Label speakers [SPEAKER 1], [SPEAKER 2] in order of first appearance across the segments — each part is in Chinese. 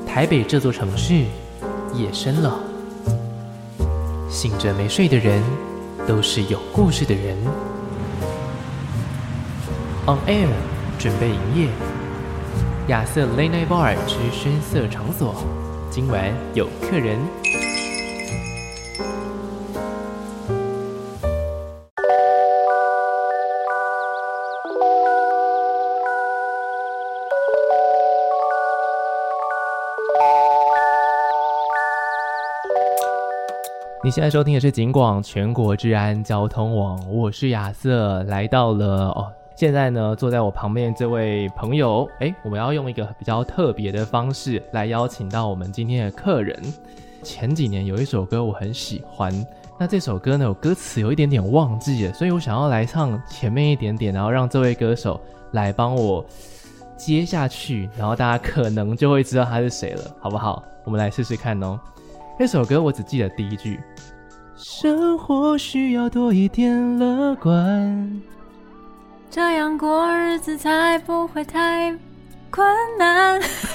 [SPEAKER 1] 台北这座城市夜深了，醒着没睡的人都是有故事的人。On Air 准备营业，亚瑟 Late Night Bar 之深色场所，今晚有客人。你现在收听的是警广全国治安交通网，我是亚瑟，来到了现在呢，坐在我旁边这位朋友，我们要用一个比较特别的方式来邀请到我们今天的客人。前几年有一首歌我很喜欢，那这首歌呢，有歌词有一点点忘记了，所以我想要来唱前面一点点，然后让这位歌手来帮我接下去，然后大家可能就会知道他是谁了，好不好？我们来试试看哦。这首歌我只记得第一句，生活需要多一点乐观，
[SPEAKER 2] 这样过日子才不会太困难。自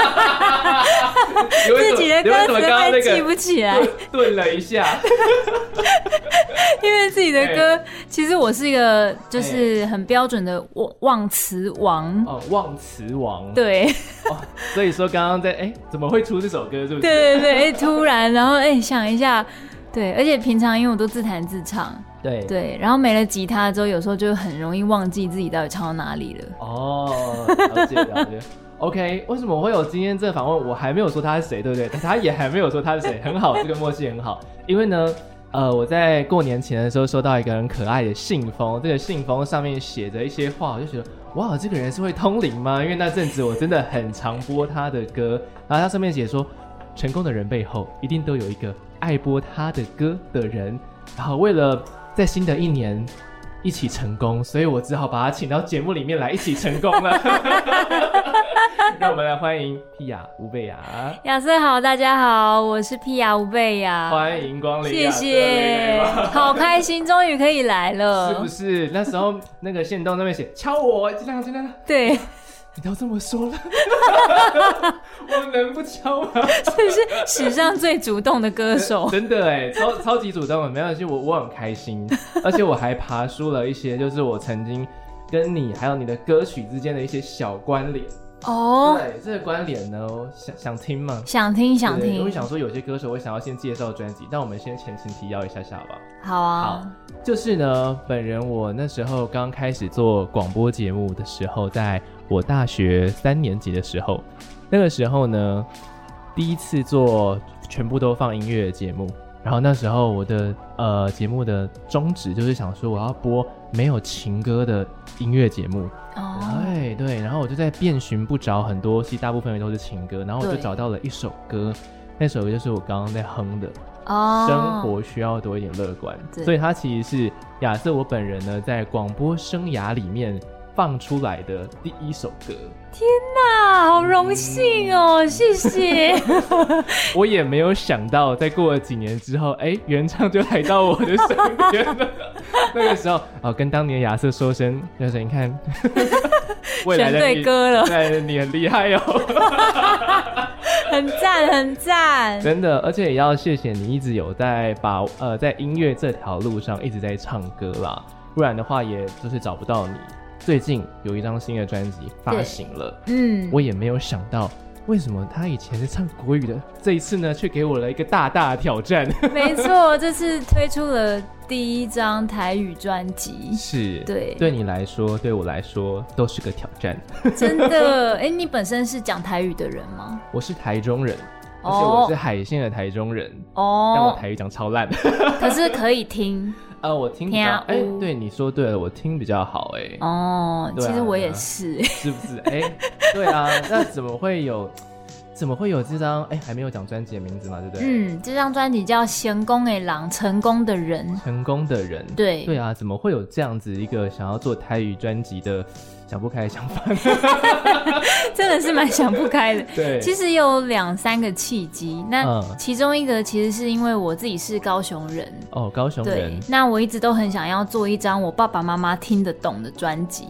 [SPEAKER 2] 己的歌词会记不起来，
[SPEAKER 1] 顿了一下。
[SPEAKER 2] 因为自己的歌，其实我是一个就是很标准的忘词王。
[SPEAKER 1] 忘词王。
[SPEAKER 2] 对。
[SPEAKER 1] 所以说刚刚在怎么会出这首歌，是不是？
[SPEAKER 2] 对对对，突然，然后想一下，对，而且平常因为我都自弹自唱。对，然后没了吉他之后，有时候就很容易忘记自己到底唱到哪里了。
[SPEAKER 1] 了解了解。OK， 为什么我会有今天这个访问？我还没有说他是谁，对不对？他也还没有说他是谁，很好，这个默契很好。因为呢，我在过年前的时候收到一个很可爱的信封，这个信封上面写着一些话，我就觉得哇，这个人是会通灵吗？因为那阵子我真的很常播他的歌，然后他上面写说，成功的人背后一定都有一个爱播他的歌的人，然后为了在新的一年一起成功，所以我只好把他请到节目里面来一起成功了。让我们来欢迎碧雅吴贝雅。
[SPEAKER 2] 亚瑟好，大家好，我是碧雅吴贝雅，
[SPEAKER 1] 欢迎光临。
[SPEAKER 2] 谢谢，好开心，终于可以来了，
[SPEAKER 1] 是不是？那时候那个限动那边写敲我，尽量。
[SPEAKER 2] 对。
[SPEAKER 1] 你都这么说了，我能不敲吗？
[SPEAKER 2] 这是史上最主动的歌手，
[SPEAKER 1] 真的超级主动的，没关系，我很开心，而且我还爬梳了一些，就是我曾经跟你还有你的歌曲之间的一些小关联。对，这个关联呢，想听吗？
[SPEAKER 2] 想听。
[SPEAKER 1] 因为想说有些歌手我想要先介绍专辑，但我们先前情提要一下吧。
[SPEAKER 2] 好啊。
[SPEAKER 1] 好，就是呢，本人我那时候刚开始做广播节目的时候，在我大学3年级的时候，那个时候呢，第一次做全部都放音乐的节目，然后那时候我的节目的宗旨就是想说我要播没有情歌的音乐节目。对，然后我就在遍寻不着很多，其实大部分都是情歌，然后我就找到了一首歌，那首歌就是我刚刚在哼的。生活需要多一点乐观，所以它其实是亚瑟我本人呢在广播生涯里面放出来的第一首歌。
[SPEAKER 2] 天哪，好荣幸哦，谢谢。
[SPEAKER 1] 我也没有想到在过了几年之后，原唱就来到我的身边了。那个时候跟当年亚瑟说声，就是你看未来的你
[SPEAKER 2] 选对歌了，
[SPEAKER 1] 未来的你很厉害哦。
[SPEAKER 2] 很赞，
[SPEAKER 1] 真的，而且也要谢谢你一直有在在音乐这条路上一直在唱歌啦，不然的话也就是找不到你。最近有一张新的专辑发行了，我也没有想到为什么他以前是唱国语的，这一次呢却给我了一个大大的挑战。
[SPEAKER 2] 没错，这次推出了第一张台语专辑，
[SPEAKER 1] 是对你来说对我来说都是个挑战。
[SPEAKER 2] 真的。你本身是讲台语的人吗？
[SPEAKER 1] 我是台中人，而且我是海线的台中人，但我台语讲超烂。
[SPEAKER 2] 可是可以听。
[SPEAKER 1] 我听比较对，你说对了，我听比较好
[SPEAKER 2] 其实我也是，
[SPEAKER 1] 是不是？对啊，那怎么会有这张还没有讲专辑的名字嘛，对不对？
[SPEAKER 2] 这张专辑叫《成功的人》，成功的人，
[SPEAKER 1] 成功的人。对啊，怎么会有这样子一个想要做台语专辑的想不开的想法？
[SPEAKER 2] 真的是蛮想不开的。
[SPEAKER 1] 对，
[SPEAKER 2] 其实有2-3个契机，那其中一个其实是因为我自己是高雄人。
[SPEAKER 1] 高雄人。
[SPEAKER 2] 对，那我一直都很想要做一张我爸爸妈妈听得懂的专辑。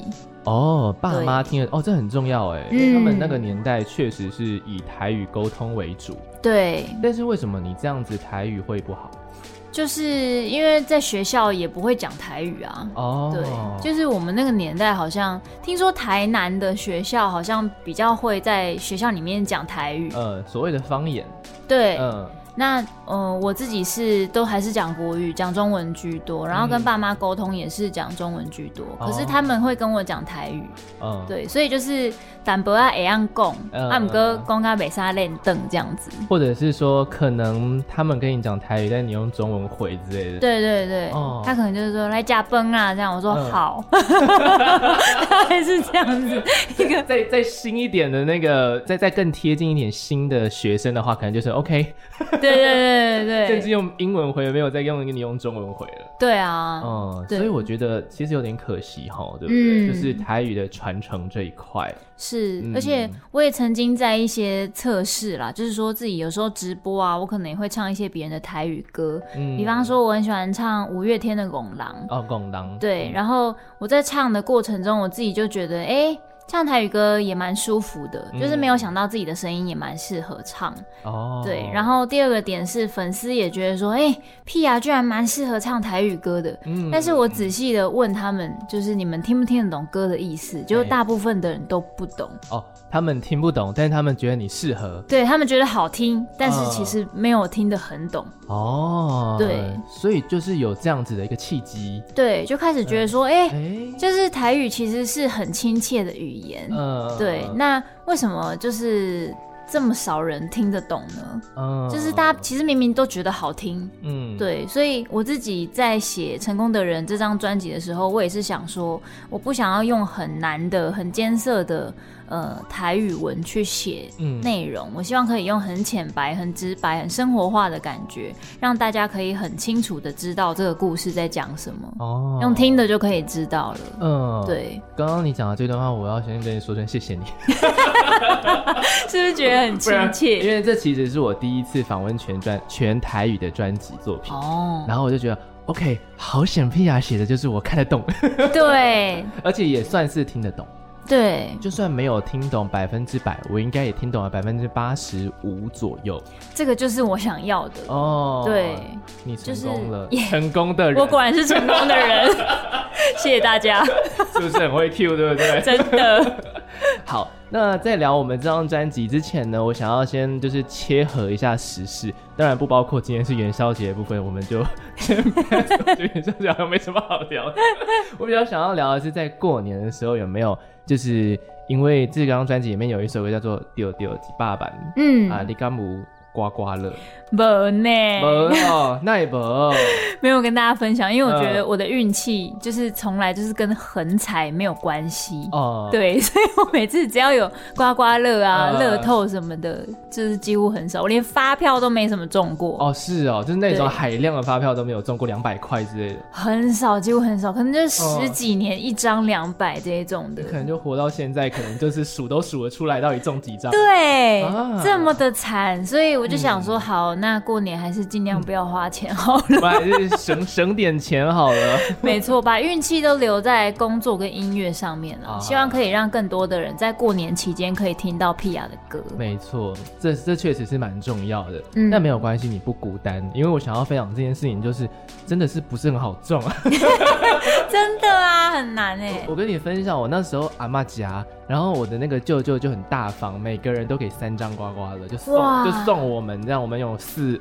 [SPEAKER 1] 哦，爸妈听得这很重要哎，因为他们那个年代确实是以台语沟通为主。
[SPEAKER 2] 对，
[SPEAKER 1] 但是为什么你这样子台语会不好？
[SPEAKER 2] 就是因为在学校也不会讲台语啊。对，就是我们那个年代好像听说台南的学校好像比较会在学校里面讲台语，
[SPEAKER 1] 所谓的方言。
[SPEAKER 2] 对，那我自己都还是讲国语，讲中文居多，然后跟爸妈沟通也是讲中文居多，可是他们会跟我讲台语。对，所以就是淡薄会晓讲，不过讲到袂啥练凳这样子，
[SPEAKER 1] 或者是说可能他们跟你讲台语，但你用中文回之类的。
[SPEAKER 2] 对对对，他可能就是说来加崩啊这样，我说好，大概是这样子一个。
[SPEAKER 1] 再新一点的那个，再更贴近一点新的学生的话，可能就是 OK。
[SPEAKER 2] 对对对对对，
[SPEAKER 1] 甚至用英文回了，没有再你用中文回了。
[SPEAKER 2] 对啊，
[SPEAKER 1] 所以我觉得其实有点可惜对不对？就是台语的传承这一块。
[SPEAKER 2] 是，而且我也曾经在一些测试啦，就是说自己有时候直播啊，我可能也会唱一些别人的台语歌，比方说我很喜欢唱五月天的《拱狼》。拱狼。对，然后我在唱的过程中，我自己就觉得，唱台语歌也蛮舒服的，就是没有想到自己的声音也蛮适合唱。对，然后第二个点是粉丝也觉得说屁啊居然蛮适合唱台语歌的。但是我仔细的问他们，就是你们听不听得懂歌的意思，就大部分的人都不懂。
[SPEAKER 1] 他们听不懂，但是他们觉得你适合。
[SPEAKER 2] 对，他们觉得好听，但是其实没有听得很懂。对，
[SPEAKER 1] 所以就是有这样子的一个契机。
[SPEAKER 2] 对，就开始觉得说就是台语其实是很亲切的语言。对，那为什么就是这么少人听得懂呢？就是大家其实明明都觉得好听。对，所以我自己在写《成功的人》这张专辑的时候，我也是想说，我不想要用很难的、很艰涩的台语文去写内容，我希望可以用很浅白、很直白、很生活化的感觉，让大家可以很清楚的知道这个故事在讲什么。用听的就可以知道了。对。刚
[SPEAKER 1] 刚你讲的这段话，我要先跟你说声谢谢你。
[SPEAKER 2] 是不是觉得很亲切？
[SPEAKER 1] 因为这其实是我第一次访问全台语的专辑作品。然后我就觉得 OK， 好险Pia写的就是我看得懂。
[SPEAKER 2] 对。
[SPEAKER 1] 而且也算是听得懂。
[SPEAKER 2] 对，
[SPEAKER 1] 就算没有听懂100%，我应该也听懂了85%左右。
[SPEAKER 2] 这个就是我想要的。对，
[SPEAKER 1] 你成功了，成功的人。
[SPEAKER 2] 我果然是成功的人。谢谢大家。
[SPEAKER 1] 是不是很会 Q， 对不对？
[SPEAKER 2] 真的。
[SPEAKER 1] 好，那在聊我们这张专辑之前呢，我想要先就是切合一下时事，当然不包括今天是元宵节的部分，我们就先我觉得元宵节好像没什么好聊的。我比较想要聊的是在过年的时候有没有，就是因为这张专辑里面有一首歌叫做《丢丢几爸版》，你敢有刮刮乐？
[SPEAKER 2] 没呢，
[SPEAKER 1] 没那也没。
[SPEAKER 2] 没有跟大家分享，因为我觉得我的运气就是从来就是跟横财没有关系。对，所以我每次只要有刮刮乐啊、乐透什么的，就是几乎很少，我连发票都没什么中过。
[SPEAKER 1] 是就是那种海量的发票都没有中过200块之类的，
[SPEAKER 2] 很少，几乎很少，可能就是10几年一张200这一种的，
[SPEAKER 1] 可能就活到现在，可能就是数都数得出来到底中几张。
[SPEAKER 2] 对，这么的惨，所以我就想说，好，那过年还是尽量不要花钱好了。省点钱好了。没错，把运气都留在工作跟音乐上面了。希望可以让更多的人在过年期间可以听到 Pia 的歌。没错，这确实是蛮重要的。但没有关系，你不孤单，因为我想要分享这件事情，就是真的是不是很好中啊。真的啊，很难欸。我跟你分享，我那时候阿嬷家，然后我的那个舅舅就很大方，每个人都给3张刮刮乐，就送我们，这样我们有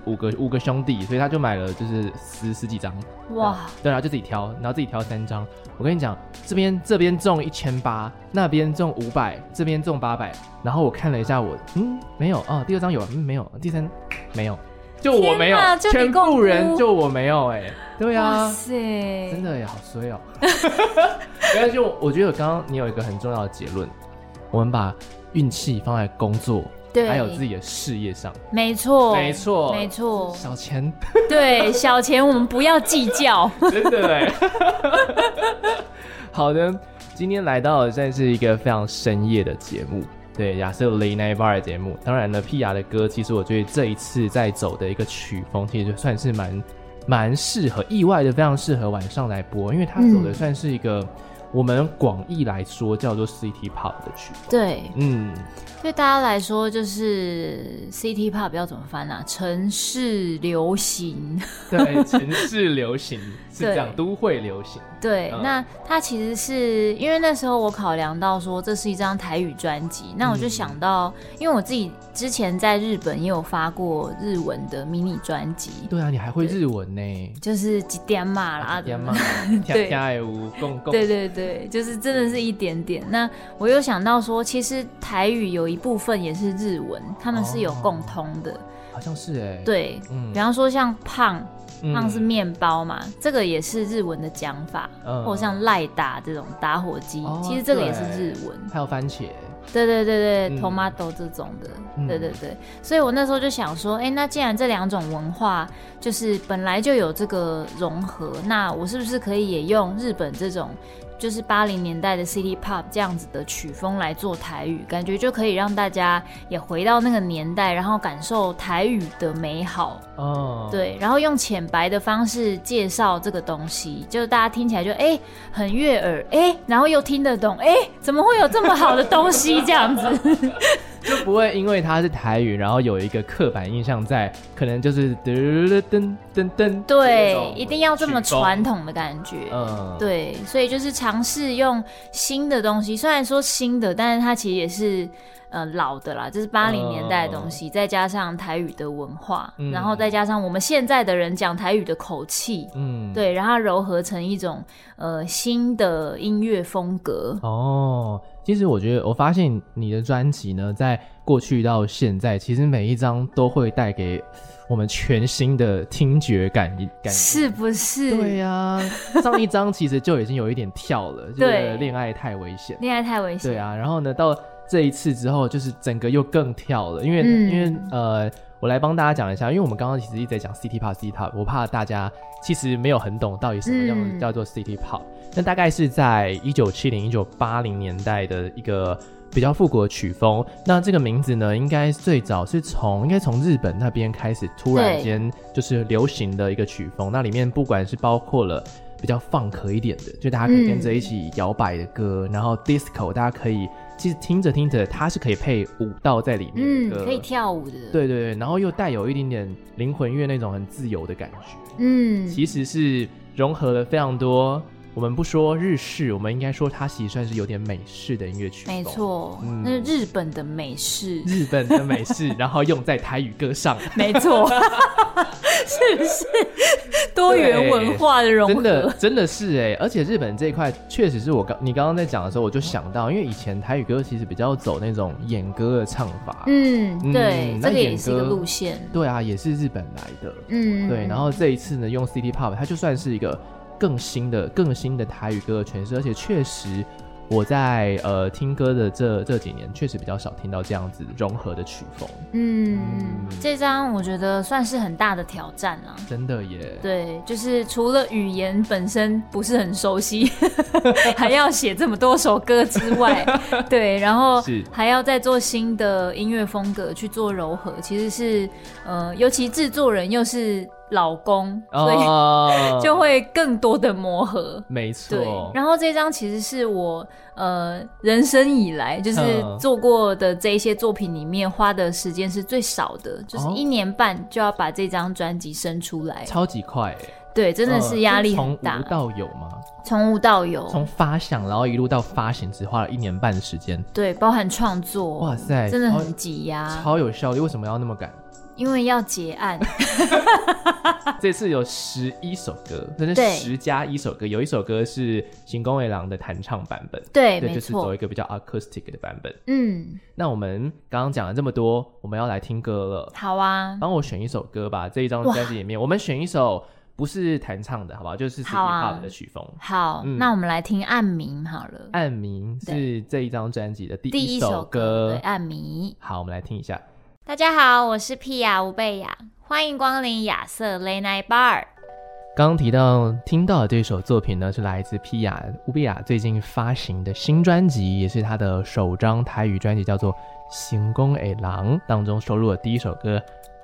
[SPEAKER 2] 5个兄弟，所以他就买了就是十几张。哇，对啊，就自己挑，然后自己挑3张。我跟你讲，这边中1800，那边中500，这边中800。然后我看了一下，没有第2张有，没有，第3没有，就我没有，全部人就我没有。对啊，哇塞，真的耶，好衰哦。但是我觉得刚刚你有一个很重要的结论，我们把运气放在工作还有自己的事业上。没错，没错，没错。小钱，对，小钱我们不要计较。真的耶。好的，今天来到的算是一个非常深夜的节目，对，亚瑟雷奈巴的节目。当然了，Pia的歌，其实我觉得这一次在走的一个曲风，其实就算是蛮适合，意外的非常适合晚上来播，因为它走的算是一个
[SPEAKER 1] 我们广义来说叫做 City Pop 的曲风。
[SPEAKER 2] 对，对大家来说就是 City Pop 要怎么翻啊？城市流行。
[SPEAKER 1] 对，城市流行是这样，都会流行。
[SPEAKER 2] 对，那它其实是因为那时候我考量到说这是一张台语专辑，那我就想到，因为我自己之前在日本也有发过日文的迷你专辑。
[SPEAKER 1] 对啊，你还会日文呢？
[SPEAKER 2] 就是几点嘛啦，
[SPEAKER 1] 几点嘛，
[SPEAKER 2] 对，
[SPEAKER 1] 对
[SPEAKER 2] 对对，就是真的是一点点。那我又想到说，其实台语有一部分也是日文，他们是有共通的。
[SPEAKER 1] 好像是哎。
[SPEAKER 2] 对，比方说像胖是面包嘛，这个也是日文的讲法，或者像赖打这种打火机，其实这个也是日文。
[SPEAKER 1] 还有番茄。
[SPEAKER 2] 对对对对，tomato 这种的，对对对，所以我那时候就想说，那既然这两种文化就是本来就有这个融合，那我是不是可以也用日本这种就是80年代的 City Pop 这样子的曲风来做台语，感觉就可以让大家也回到那个年代，然后感受台语的美好。对，然后用浅白的方式介绍这个东西，就大家听起来就很悦耳，然后又听得懂，怎么会有这么好的东西这样子？
[SPEAKER 1] 就不会因为它是台语，然后有一个刻板印象在，可能就是噔噔噔噔，
[SPEAKER 2] 对，一定要这么传统的感觉。对，所以就是尝试用新的东西，虽然说新的，但是它其实也是老的啦，就是80年代的东西，再加上台语的文化，然后再加上我们现在的人讲台语的口气，对，然后糅合成一种新的音乐风格。
[SPEAKER 1] 其实我觉得我发现你的专辑呢，在过去到现在，其实每一张都会带给我们全新的听觉感，
[SPEAKER 2] 是不是？
[SPEAKER 1] 对啊，上一张其实就已经有一点跳了，就是恋爱太危险，
[SPEAKER 2] 恋爱太危险。
[SPEAKER 1] 对啊，然后呢，到这一次之后，就是整个又更跳了，因为我来帮大家讲一下，因为我们刚刚其实一直在讲 City Pop， 我怕大家其实没有很懂到底什么叫做 City Pop。那大概是在1970、1980年代的一个比较复古的曲风。那这个名字呢，应该最早是从日本那边开始突然间就是流行的一个曲风。那里面不管是包括了比较funk一点的，就大家可以跟着一起摇摆的歌，然后 disco 大家可以其实听着听着它是可以配舞蹈在里面的，
[SPEAKER 2] 可以跳舞的。
[SPEAKER 1] 对对对，然后又带有一点点灵魂乐那种很自由的感觉。其实是融合了非常多。我们不说日式，我们应该说它其实算是有点美式的音乐曲风。
[SPEAKER 2] 没错，那是日本的美式，
[SPEAKER 1] 然后用在台语歌上。
[SPEAKER 2] 没错，是不是多元文化的融合？
[SPEAKER 1] 真的是而且日本这一块确实是你刚刚在讲的时候，我就想到，因为以前台语歌其实比较走那种演歌的唱法。
[SPEAKER 2] 对，这个也是一个路线。
[SPEAKER 1] 对啊，也是日本来的。对，然后这一次呢，用 City Pop， 它就算是一个更新的台语歌的诠释，而且确实我在听歌的这几年，确实比较少听到这样子融合的曲风。
[SPEAKER 2] 这张我觉得算是很大的挑战啦，
[SPEAKER 1] 真的耶。
[SPEAKER 2] 对，就是除了语言本身不是很熟悉，还要写这么多首歌之外，对，然后还要再做新的音乐风格去做糅合，其实是尤其制作人又是老公，所以就会更多的磨合。
[SPEAKER 1] 没错。
[SPEAKER 2] 对，然后这张其实是我人生以来就是做过的这一些作品里面花的时间是最少的，就是1年半就要把这张专辑生出来，
[SPEAKER 1] 超级快
[SPEAKER 2] 对，真的是压力很大。
[SPEAKER 1] 从无到有吗？
[SPEAKER 2] 从无到有，
[SPEAKER 1] 从发想然后一路到发行，只花了1年半的时间。
[SPEAKER 2] 对，包含创作。哇塞，真的很挤压，
[SPEAKER 1] 超有效率。为什么要那么赶？
[SPEAKER 2] 因为要结案。
[SPEAKER 1] 这次有11首歌，真的10加1首歌，有一首歌是新宫卫郎的弹唱版本。
[SPEAKER 2] 对，没错，
[SPEAKER 1] 就是走一个比较 acoustic 的版本。那我们刚刚讲了这么多，我们要来听歌了。
[SPEAKER 2] 好啊，
[SPEAKER 1] 帮我选一首歌吧。这一张专辑里面，我们选一首不是弹唱的，好不好？就是 City Pop 的曲风。
[SPEAKER 2] 好，那我们来听《暗迷》好了。
[SPEAKER 1] 《暗迷》是这一张专辑的第一首歌。
[SPEAKER 2] 对，《暗迷》。
[SPEAKER 1] 好，我们来听一下。
[SPEAKER 2] 大家好，我是屁雅吴贝雅，欢迎光临亚瑟 Late Night Bar。
[SPEAKER 1] 刚刚听到的这首作品呢，是来自屁雅吴贝雅最近发行的新专辑，也是她的首张台语专辑，叫做《新宫的人》当中收录的第一首歌《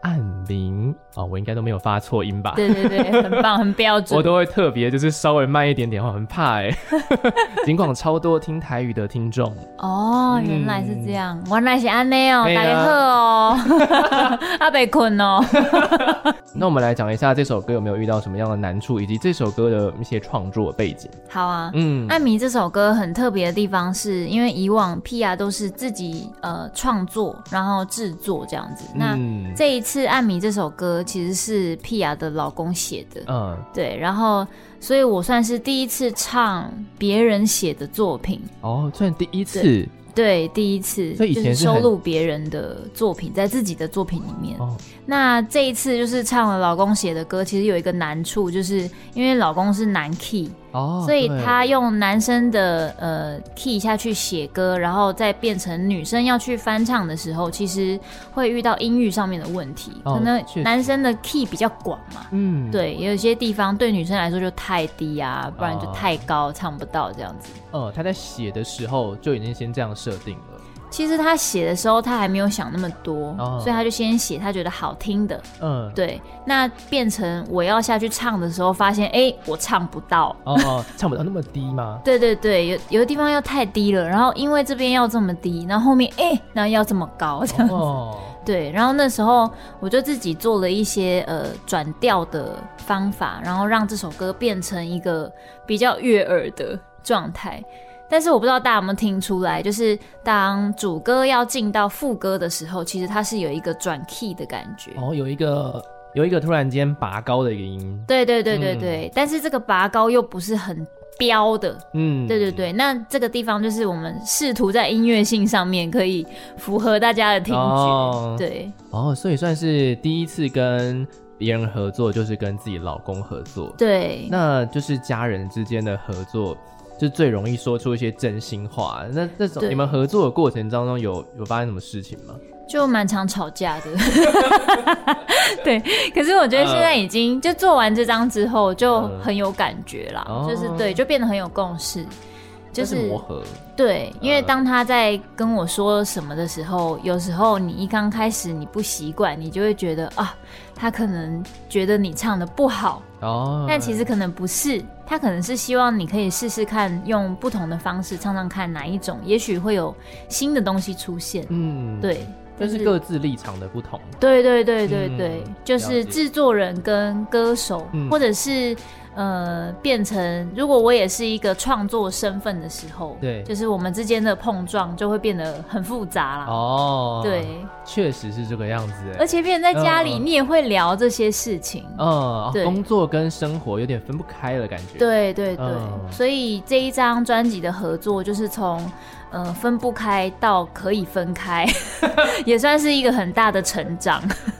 [SPEAKER 1] 岸明我应该都没有发错音吧？
[SPEAKER 2] 对对对，很棒，很标准。
[SPEAKER 1] 我都会特别就是稍微慢一点点，很怕尽管超多听台语的听众
[SPEAKER 2] 原来是这样，原来是安内大家好阿北困
[SPEAKER 1] 那我们来讲一下这首歌有没有遇到什么样的难处，以及这首歌的一些创作背景。
[SPEAKER 2] 好啊，岸迷这首歌很特别的地方是因为以往 Pia 都是自己创作然后制作这样子，那这一次岸迷这首歌其实是 Pia 的老公写的，对，然后所以我算是第一次唱别人写的作品。
[SPEAKER 1] 算第一次。
[SPEAKER 2] 对，第一次，
[SPEAKER 1] 所以以前
[SPEAKER 2] 是收录别人的作品在自己的作品里面。那这一次就是唱了老公写的歌，其实有一个难处，就是因为老公是男 key，所以他用男生的key 下去写歌，然后再变成女生要去翻唱的时候，其实会遇到音域上面的问题，可能男生的 key 比较广嘛，对，有些地方对女生来说就太低啊，不然就太高，唱不到这样子。
[SPEAKER 1] 他在写的时候就已经先这样设定了。
[SPEAKER 2] 其实他写的时候他还没有想那么多，所以他就先写他觉得好听的，对。那变成我要下去唱的时候，发现我唱不到，
[SPEAKER 1] 唱不到那么低吗？
[SPEAKER 2] 对对对，有的地方要太低了，然后因为这边要这么低，然后后面然后要这么高这样子，对。然后那时候我就自己做了一些转调的方法，然后让这首歌变成一个比较悦耳的状态。但是我不知道大家有没有听出来，就是当主歌要进到副歌的时候，其实它是有一个转 key 的感觉，
[SPEAKER 1] 有一个突然间拔高的一个音，
[SPEAKER 2] 对对对对对，但是这个拔高又不是很飙的，对对对。那这个地方就是我们试图在音乐性上面可以符合大家的听觉，对，
[SPEAKER 1] 所以算是第一次跟别人合作，就是跟自己老公合作，
[SPEAKER 2] 对，
[SPEAKER 1] 那就是家人之间的合作。就最容易说出一些真心话。那种你们合作的过程当中有发生什么事情吗？
[SPEAKER 2] 就蛮常吵架的对，可是我觉得现在已经就做完这张之后就很有感觉啦，就是对，就变得很有共识，
[SPEAKER 1] 就是磨合。
[SPEAKER 2] 对，因为当他在跟我说什么的时候，有时候你一刚开始你不习惯，你就会觉得他可能觉得你唱的不好，但其实可能不是，他可能是希望你可以试试看，用不同的方式唱唱看哪一种，也许会有新的东西出现。对，
[SPEAKER 1] 就是各自立场的不同。
[SPEAKER 2] 对对对对对，就是制作人跟歌手，或者是变成如果我也是一个创作身份的时候，对，就是我们之间的碰撞就会变得很复杂啦。对，
[SPEAKER 1] 确实是这个样子。
[SPEAKER 2] 而且变成在家里，你也会聊这些事情。
[SPEAKER 1] 对，工作跟生活有点分不开的感觉。
[SPEAKER 2] 对对对，所以这一张专辑的合作就是从分不开到可以分开也算是一个很大的成长。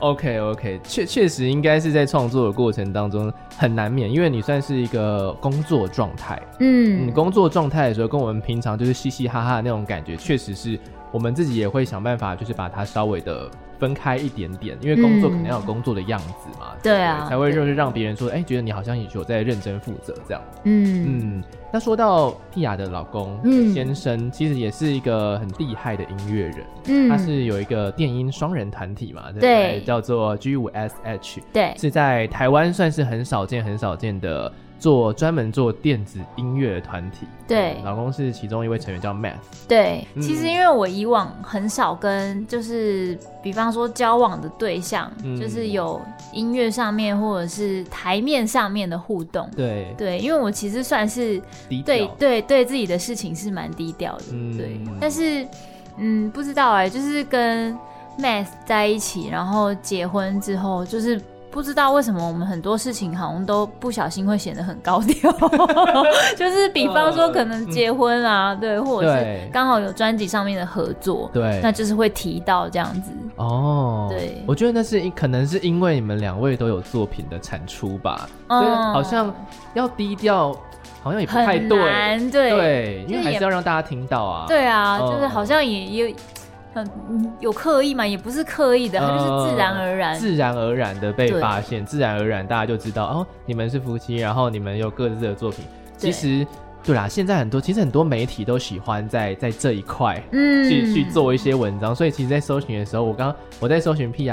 [SPEAKER 1] OK， 确实应该是在创作的过程当中很难免，因为你算是一个工作状态。你工作状态的时候跟我们平常就是嘻嘻哈哈的那种感觉，确实是我们自己也会想办法就是把它稍微的分开一点点，因为工作可能要有工作的样子嘛。对啊，才会就是让别人说觉得你好像有在认真负责这样。那说到Pia的老公先生，其实也是一个很厉害的音乐人。他是有一个电音双人团体嘛，对，叫做 G5SH， 对，是在台湾算是很少见的专门做电子音乐的团体。对，老公是其中一位成员叫 Math。对，
[SPEAKER 2] 其实因为我以往很少跟就是比方说交往的对象，就是有音乐上面或者是台面上面的互动。对，因为我其实算是对自己的事情是蛮低调的。对，但是不知道就是跟 Math 在一起，然后结婚之后，就是不知道为什么我们很多事情好像都不小心会显得很高调就是比方说可能结婚啊，对，或者是刚好有专辑上面的合作，对，那就是会提到这样子。对，
[SPEAKER 1] 我觉得那是可能是因为你们两位都有作品的产出吧，所以好像要低调好像也不太对。对，因为还是要让大家听到啊。
[SPEAKER 2] 对啊，就是好像也有刻意嘛，也不是刻意的，它就是自然而然
[SPEAKER 1] 的被发现，自然而然大家就知道你们是夫妻，然后你们有各自的作品。其实对啦，现在很多媒体都喜欢在这一块去做一些文章，所以其实在搜寻的时候，我在搜寻Pia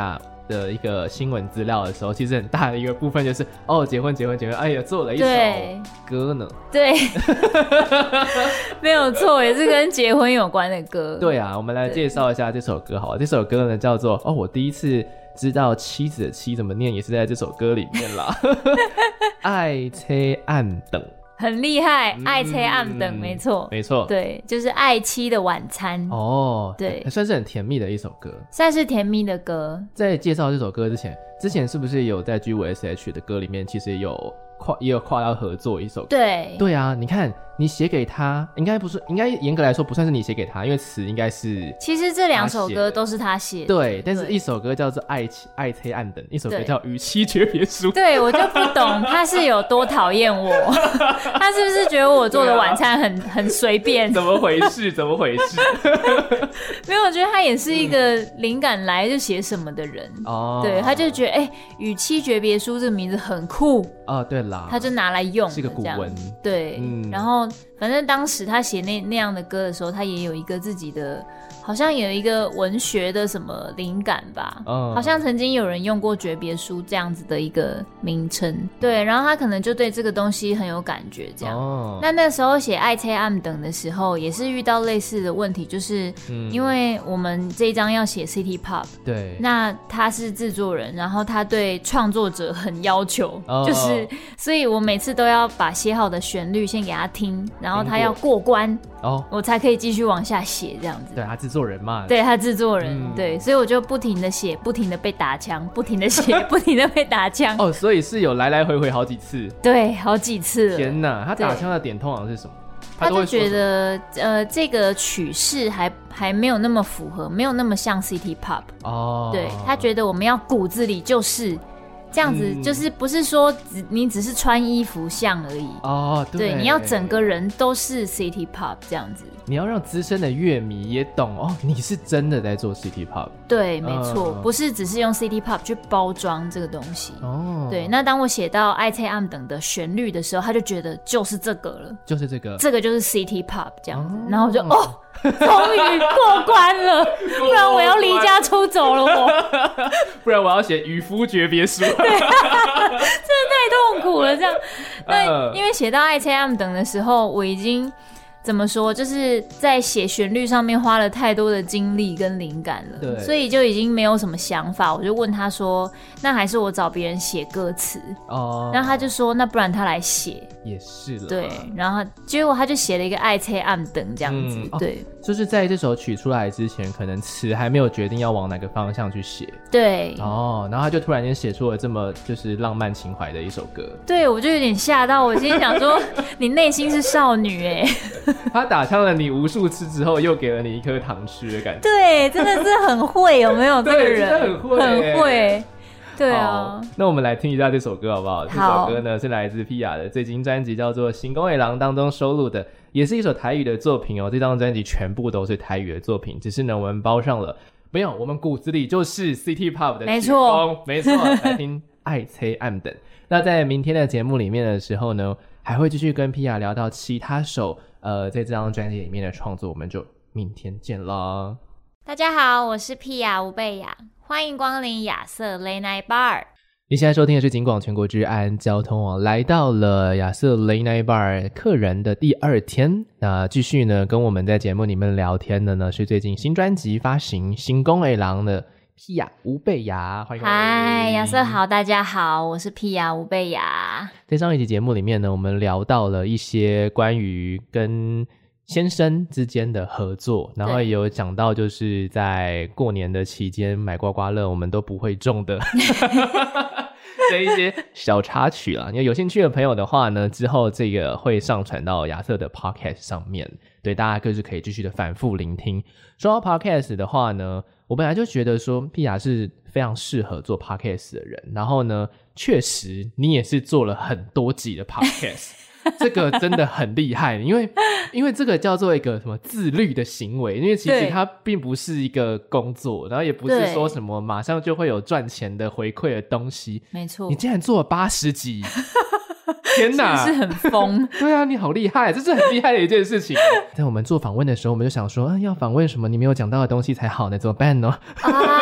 [SPEAKER 1] 的一个新闻资料的时候，其实很大的一个部分就是结婚，哎呀，做了一首歌呢。
[SPEAKER 2] 对，没有错，也是跟结婚有关的歌。
[SPEAKER 1] 对啊，我们来介绍一下这首歌好了。这首歌呢叫做我第一次知道妻子的妻怎么念，也是在这首歌里面啦。爱妻暗等。
[SPEAKER 2] 很厉害，爱妻暗等，没错，
[SPEAKER 1] 没错，
[SPEAKER 2] 对，就是爱妻的晚餐。
[SPEAKER 1] 对，算是很甜蜜的一首歌，
[SPEAKER 2] 算是甜蜜的歌。
[SPEAKER 1] 在介绍这首歌之前是不是有在 G5SH 的歌里面，其实也有跨到合作一首歌？对啊，你看你写给他，应该严格来说不算是你写给他，因为词应该是
[SPEAKER 2] 其实这2首歌都是他写的。
[SPEAKER 1] 对，但是一首歌叫做爱妻暗等，一首歌叫与妻诀别书。
[SPEAKER 2] 对，我就不懂他是有多讨厌我，他是不是觉得我做的晚餐很随便？
[SPEAKER 1] 怎么回事？
[SPEAKER 2] 没有，我觉得他也是一个灵感来就写什么的人。对，他就觉得与妻诀别书这个名字很酷。
[SPEAKER 1] 对啦，
[SPEAKER 2] 他就拿来用，
[SPEAKER 1] 是个古文。
[SPEAKER 2] 对，然后反正当时他写那样的歌的时候，他也有一个自己的，好像有一个文学的什么灵感吧。好像曾经有人用过诀别书这样子的一个名称。对，然后他可能就对这个东西很有感觉这样。那时候写爱妻暗等的时候，也是遇到类似的问题，就是因为我们这一张要写 City Pop，
[SPEAKER 1] 对，
[SPEAKER 2] 那他是制作人，然后他对创作者很要求，就是所以我每次都要把写好的旋律先给他听，然后他要过关，我才可以继续往下写这样子。
[SPEAKER 1] 对，他制作人嘛。
[SPEAKER 2] 对，他制作人，对，所以我就不停的写，不停的被打枪，不停的写，不停的被打枪。
[SPEAKER 1] 所以是有来来回回好几次。
[SPEAKER 2] 对，好几次了。
[SPEAKER 1] 天哪，他打枪的点通常是什么？
[SPEAKER 2] 他就觉得这个曲式还没有那么符合，没有那么像 City Pop。对，他觉得我们要骨子里就是这样子，就是不是说你只是穿衣服像而已。对，你要整个人都是 City Pop 这样子。
[SPEAKER 1] 你要让资深的乐迷也懂你是真的在做 City Pop。
[SPEAKER 2] 对，没错，不是只是用 City Pop 去包装这个东西。对，那当我写到爱妻暗等的旋律的时候，他就觉得就是这个了，
[SPEAKER 1] 就是这个
[SPEAKER 2] 就是 City Pop 这样子。然后我就终于过关了，不然我要离家出走了
[SPEAKER 1] 不然我要写与夫诀别书。
[SPEAKER 2] 对，真的太痛苦了这样。那因为写到爱妻暗等的时候，我已经怎么说，就是在写旋律上面花了太多的精力跟灵感了，
[SPEAKER 1] 对，
[SPEAKER 2] 所以就已经没有什么想法。我就问他说，那还是我找别人写歌词。然后他就说，那不然他来写。
[SPEAKER 1] 也是了。
[SPEAKER 2] 对，然后结果他就写了一个爱妻暗等这样子。对，
[SPEAKER 1] 就是在这首曲出来之前，可能词还没有决定要往哪个方向去写。
[SPEAKER 2] 对。
[SPEAKER 1] 然后他就突然间写出了这么就是浪漫情怀的一首歌。
[SPEAKER 2] 对，我就有点吓到，我心里想说你内心是少女
[SPEAKER 1] 他打枪了你无数次之后，又给了你一颗糖吃的感觉。
[SPEAKER 2] 对，真的是很会，有没有这个人？
[SPEAKER 1] 真的很会。
[SPEAKER 2] 对啊，
[SPEAKER 1] 那我们来听一下这首歌好不好？这首歌呢是来自 Pia 的最新专辑叫做《行宫野狼》当中收录的，也是一首台语的作品这张专辑全部都是台语的作品，只是呢我们包上了没有，我们骨子里就是 City Pop 的曲风。没错，来听爱妻暗等。那在明天的节目里面的时候呢，还会继续跟 Pia 聊到其他首在这张专辑里面的创作，我们就明天见啦。
[SPEAKER 2] 大家好，我是 Pia 吴贝雅，欢迎光临亚瑟 Late Night Bar。
[SPEAKER 1] 你现在收听的是警广全国治安交通网，来到了亚瑟 Late Night Bar 客人的第2天。那继续呢跟我们在节目里面聊天的呢是最近新专辑发行行宫野狼的 Pia 吴贝雅，欢迎。
[SPEAKER 2] 嗨，亚瑟好，大家好，我是 Pia 吴贝雅。
[SPEAKER 1] 在上一集节目里面呢，我们聊到了一些关于跟先生之间的合作，然后也有讲到就是在过年的期间买刮刮乐我们都不会中的的一些小插曲啦。有兴趣的朋友的话呢，之后这个会上传到亚瑟的 podcast 上面，对，大家就是可以继续的反复聆听。说到 podcast 的话呢，我本来就觉得说 Pia 是非常适合做 podcast 的人，然后呢确实你也是做了很多集的 podcast 这个真的很厉害，因为这个叫做一个什么自律的行为，因为其实它并不是一个工作，然后也不是说什么马上就会有赚钱的回馈的东西。
[SPEAKER 2] 没错，
[SPEAKER 1] 你竟然做了80集天哪，
[SPEAKER 2] 是很疯
[SPEAKER 1] 对啊，你好厉害，这是很厉害的一件事情在我们做访问的时候，我们就想说要访问什么你没有讲到的东西才好呢，怎么办呢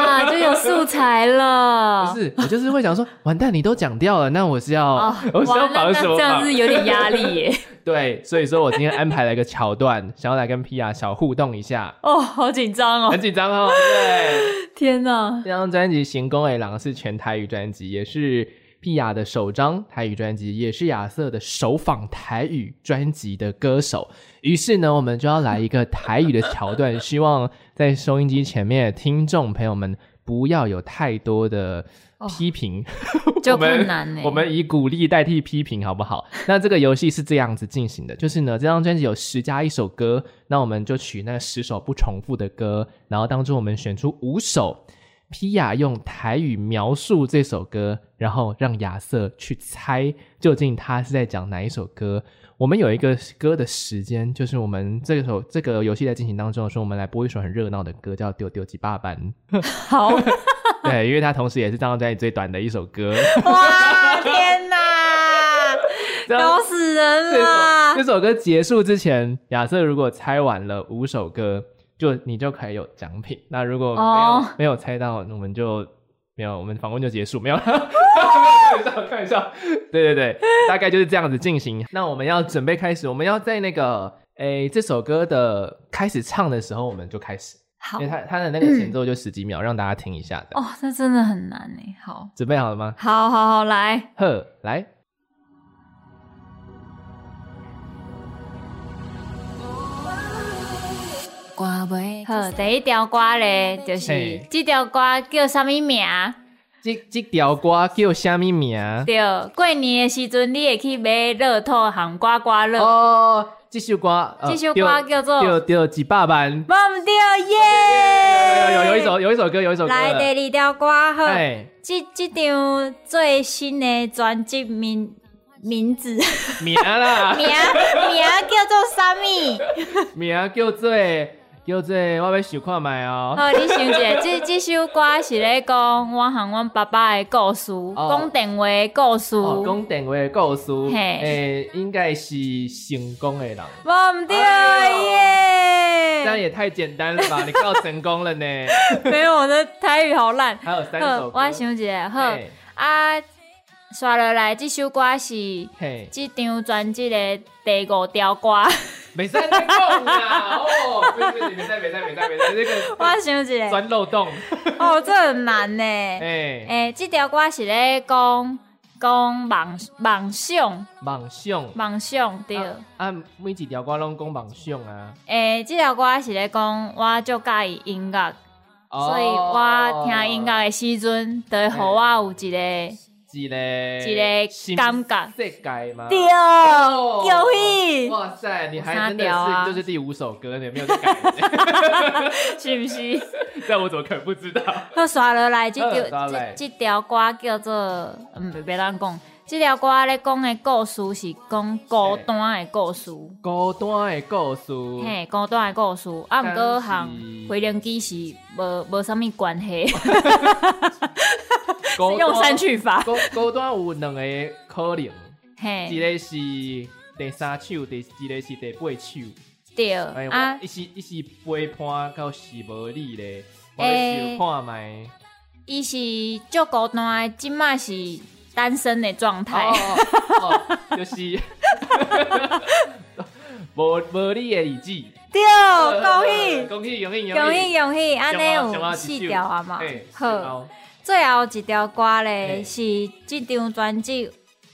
[SPEAKER 2] 哇，就有素材了。
[SPEAKER 1] 不是，我就是会想说，完蛋，你都讲掉了，那我是要绑什么？
[SPEAKER 2] 这样子有点压力耶。
[SPEAKER 1] 对，所以说我今天安排了一个桥段，想要来跟 Pia 小互动一下。
[SPEAKER 2] 好紧张哦，
[SPEAKER 1] 很紧张哦。对，
[SPEAKER 2] 天哪！
[SPEAKER 1] 这张专辑《行宫的狼》是全台语专辑，也是 Pia 的首张台语专辑，也是亚瑟的首访台语专辑的歌手。于是呢，我们就要来一个台语的桥段，希望在收音机前面的听众朋友们不要有太多的批评，
[SPEAKER 2] 就困难
[SPEAKER 1] 我们以鼓励代替批评好不好？那这个游戏是这样子进行的，就是呢，这张专辑有10加1首歌，那我们就取那10首不重复的歌，然后当中我们选出5首Pia 用台语描述这首歌，然后让亚瑟去猜究竟他是在讲哪一首歌。我们有一个歌的时间，就是我们这个游戏在进行当中的时候，我们来播一首很热闹的歌，叫《丢丢几爸班》。
[SPEAKER 2] 好，
[SPEAKER 1] 对，因为它同时也是这张专辑最短的一首歌。
[SPEAKER 2] 哇，天哪，搞死人了！
[SPEAKER 1] 这首歌结束之前，亚瑟如果猜完了5首歌，你就可以有奖品。那如果没有猜到，我们就没有，我们访问就结束，没有。开玩笑，对，大概就是这样子进行。那我们要准备开始，我们要在那个这首歌的开始唱的时候，我们就开始。好，因为它的那个前奏就10几秒，让大家听一下的。
[SPEAKER 2] 这真的很难耶。好，
[SPEAKER 1] 准备好了吗？
[SPEAKER 2] 好，来。
[SPEAKER 1] 呵，来。
[SPEAKER 2] 好，第一条歌咧，就是这条歌叫什么名？
[SPEAKER 1] 这条歌叫什么名？
[SPEAKER 2] 对，过年的时阵，你会去买乐透含刮刮乐。
[SPEAKER 1] 这首歌
[SPEAKER 2] 叫做
[SPEAKER 1] 丢几百万。
[SPEAKER 2] 忘掉耶！
[SPEAKER 1] 有一首歌。
[SPEAKER 2] 来，第二条歌好，这张最新的专辑名字
[SPEAKER 1] 名啦，
[SPEAKER 2] 名叫做啥物？
[SPEAKER 1] 名叫做我要想看卖哦。
[SPEAKER 2] 好，你想一下，这首歌是咧讲我和阮爸爸的故事，讲电话的故事。
[SPEAKER 1] 讲电话的故事。应该是成功的人。
[SPEAKER 2] 忘掉耶！
[SPEAKER 1] 这样也太简单了吧？你靠成功了呢？
[SPEAKER 2] 没有，我的台语好烂。
[SPEAKER 1] 还有3首歌。
[SPEAKER 2] 我想一下，好刷落来，这首歌是这张专辑的第5条歌。
[SPEAKER 1] 没使再讲啦！不是，没使，这个
[SPEAKER 2] 我想一下，
[SPEAKER 1] 钻漏洞。
[SPEAKER 2] 这很难呢。这条歌是咧讲梦想，对。
[SPEAKER 1] 每一条歌拢讲梦想啊。
[SPEAKER 2] 这条歌是咧讲我就介意音乐，所以我听音乐的时阵，就会互我有一个感觉，
[SPEAKER 1] 世界吗？
[SPEAKER 2] 对，恭喜！
[SPEAKER 1] 哇塞，你还真的是就是第5首歌，你没有在改，
[SPEAKER 2] 是不是？
[SPEAKER 1] 这我怎么可能不知道？
[SPEAKER 2] 我刷落来，这条歌叫做别当讲，这条歌咧讲的故事是讲孤单的故事。
[SPEAKER 1] 孤单的故事。
[SPEAKER 2] 孤单的故事。不过和回零机是无啥物关系。用删去法。
[SPEAKER 1] 孤单有2个可能，一个是第3首，一个是第8首。
[SPEAKER 2] 对
[SPEAKER 1] 伊是陪伴到是无你咧，我要想看卖。
[SPEAKER 2] 伊是足孤单的，即马是单身的状态。
[SPEAKER 1] 就是无你的日子。
[SPEAKER 2] 对，
[SPEAKER 1] 恭喜！
[SPEAKER 2] 安尼有4条啊嘛。好。最后一条歌咧是这张专辑，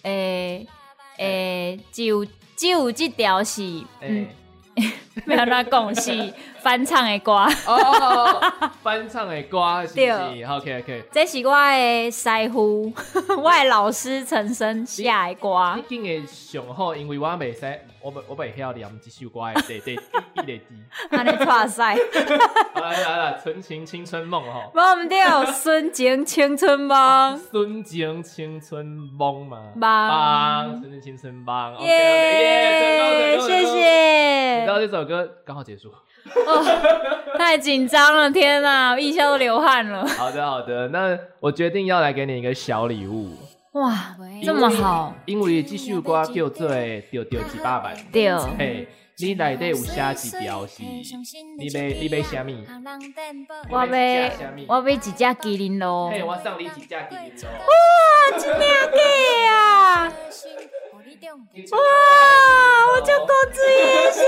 [SPEAKER 2] 只有这条是，没有乱讲是翻唱的歌。
[SPEAKER 1] 翻唱的歌是不是 ？OK。
[SPEAKER 2] 这是我的师傅，我的老师陈升写的歌。
[SPEAKER 1] 你竟然上好，因为我袂使，我袂晓念这首歌的第一个字。
[SPEAKER 2] 安尼错赛。
[SPEAKER 1] 好了，纯情青春梦吼。
[SPEAKER 2] 忘掉纯情青春梦。
[SPEAKER 1] 纯情青春梦嘛。
[SPEAKER 2] 梦。
[SPEAKER 1] 纯情青春梦。
[SPEAKER 2] 耶！谢谢。
[SPEAKER 1] 你知道这首歌刚好结束。
[SPEAKER 2] 太紧张了，天哪，腋下都流汗了。
[SPEAKER 1] 好的，那我决定要来给你一个小礼物。
[SPEAKER 2] 哇，这么好！
[SPEAKER 1] 因为这首歌叫做《丢几百万》。
[SPEAKER 2] 对。
[SPEAKER 1] 你内底有写一条是你要什么？
[SPEAKER 2] 我要一只麒麟咯。
[SPEAKER 1] 嘿，我送你一只麒麟咯。
[SPEAKER 2] 哇，真的假啊？哇，我就够水耶，谢